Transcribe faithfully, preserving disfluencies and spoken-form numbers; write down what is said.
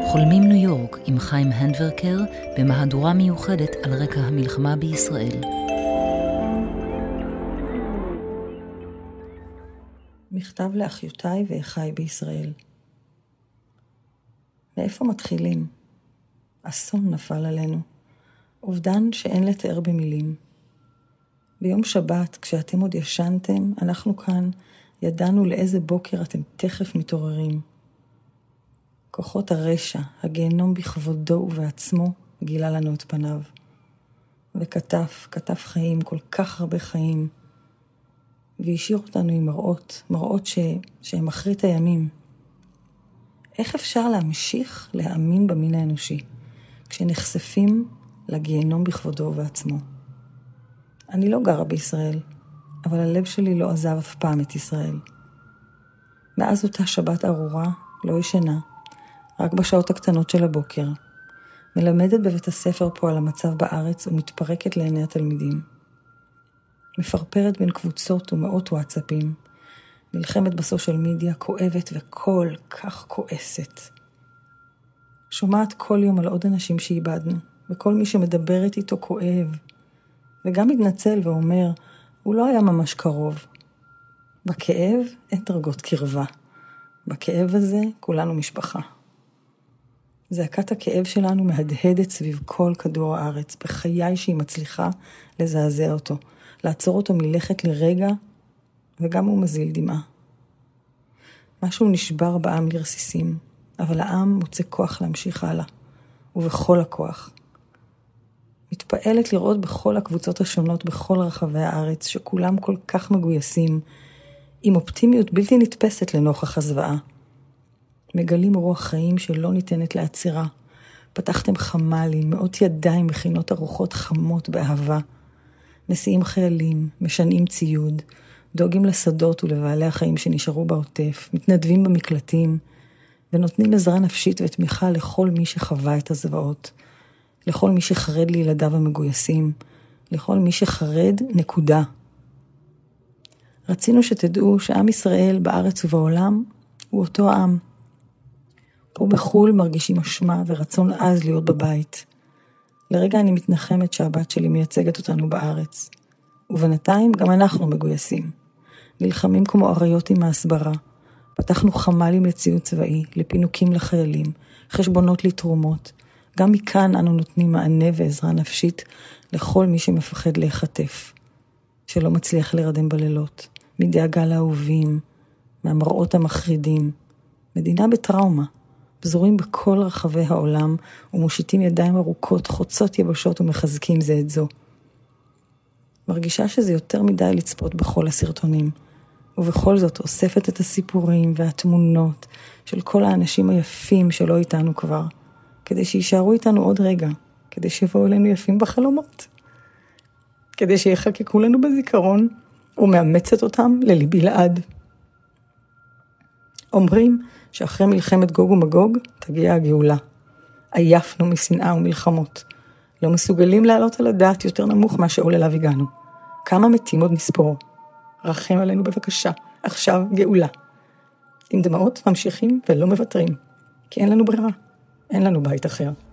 חולמים ניו יורק עם חיים הנדברקר במהדורה מיוחדת על רקע המלחמה בישראל. מכתב לאחיותיי ואחיי בישראל. מאיפה מתחילים? אסון נפל עלינו. אובדן שאין לתאר במילים. ביום שבת, כשאתם עוד ישנתם, אנחנו כאן ידענו לאיזה בוקר אתם תכף מתעוררים. כוחות הרשע, הגיהנום בכבודו ובעצמו, גילה לנו את פניו. וכתב, כתב חיים, כל כך הרבה חיים, והשאיר אותנו עם מראות, מראות ש... שהם אחרית הימים. איך אפשר להמשיך להאמין במין האנושי, כשנחשפים לגיהנום בכבודו ובעצמו? אני לא גרה בישראל, אבל הלב שלי לא עזב אף פעם את ישראל. מאז אותה שבת ארורה, לא ישנה, רק בשעות הקטנות של הבוקר, מלמדת בבית הספר פה על המצב בארץ ומתפרקת לעיני התלמידים. מפרפרת בין קבוצות ומאות וואטסאפים, נלחמת בסושיאל מדיה, כואבת וכל כך כועסת. שומעת כל יום על עוד אנשים שאיבדנו, וכל מי שמדברת איתו כואב, וגם מתנצל ואומר, הוא לא היה ממש קרוב. בכאב אין דרגות קרבה. בכאב הזה כולנו משפחה. זעקת הכאב שלנו מהדהדת סביב כל כדור הארץ, בחיי שהיא מצליחה לזעזע אותו, לעצור אותו מלכת לרגע, וגם הוא מזיל דמעה. משהו נשבר בעם לרסיסים, אבל העם מוצא כוח להמשיך הלאה, ובכל הכוח. מתפעלת לראות בכל הקבוצות השונות בכל רחבי הארץ, שכולם כל כך מגויסים, עם אופטימיות בלתי נתפסת לנוכח הזוועה. מגלים רוח חיים שלא ניתנת לעצירה. פתחתם חמלים, מאות ידיים מכינות ארוחות חמות באהבה. מסיעים חיילים, משנים ציוד, דואגים לשדות ולבעלי החיים שנשארו בעוטף, מתנדבים במקלטים, ונותנים עזרה נפשית ותמיכה לכל מי שחווה את הזוועות, לכל מי שחרד לילדיו המגויסים, לכל מי שחרד נקודה. רצינו שתדעו שעם ישראל בארץ ובעולם הוא אותו עם. פה בחול מרגישים אשמה ורצון עז להיות בבית. לרגע אני מתנחמת שהבת שלי מייצגת אותנו בארץ. ובינתיים גם אנחנו מגויסים. נלחמים כמו אריות עם ההסברה. פתחנו חמלים לציוד צבאי, לפינוקים לחיילים, חשבונות לתרומות. גם מכאן אנו נותנים מענה ועזרה נפשית לכל מי שמפחד להיחטף. שלא מצליח לרדם בלילות. מדאגה לאהובים, מהמראות המחרידים. מדינה בטראומה. פזורים בכל רחבי העולם ומושיטים ידיים ארוכות, חוצות יבשות ומחזקים זה את זו. מרגישה שזה יותר מדי לצפות בכל הסרטונים, ובכל זאת אוספת את הסיפורים והתמונות של כל האנשים היפים שלא איתנו כבר, כדי שישארו איתנו עוד רגע, כדי שיבואו אלינו יפים בחלומות, כדי שיחקקו לנו בזיכרון, ומאמצת אותם לליבי לעד. אומרים שאחרי מלחמת גוג ומגוג תגיע הגאולה. עייפנו משנאה ומלחמות. לא מסוגלים לעלות על הדעת יותר נמוך מה שעול אליו הגענו. כמה מתים עוד נספור. רחם עלינו בבקשה. עכשיו גאולה. עם דמעות ממשיכים ולא מוותרים. כי אין לנו ברירה. אין לנו בית אחר.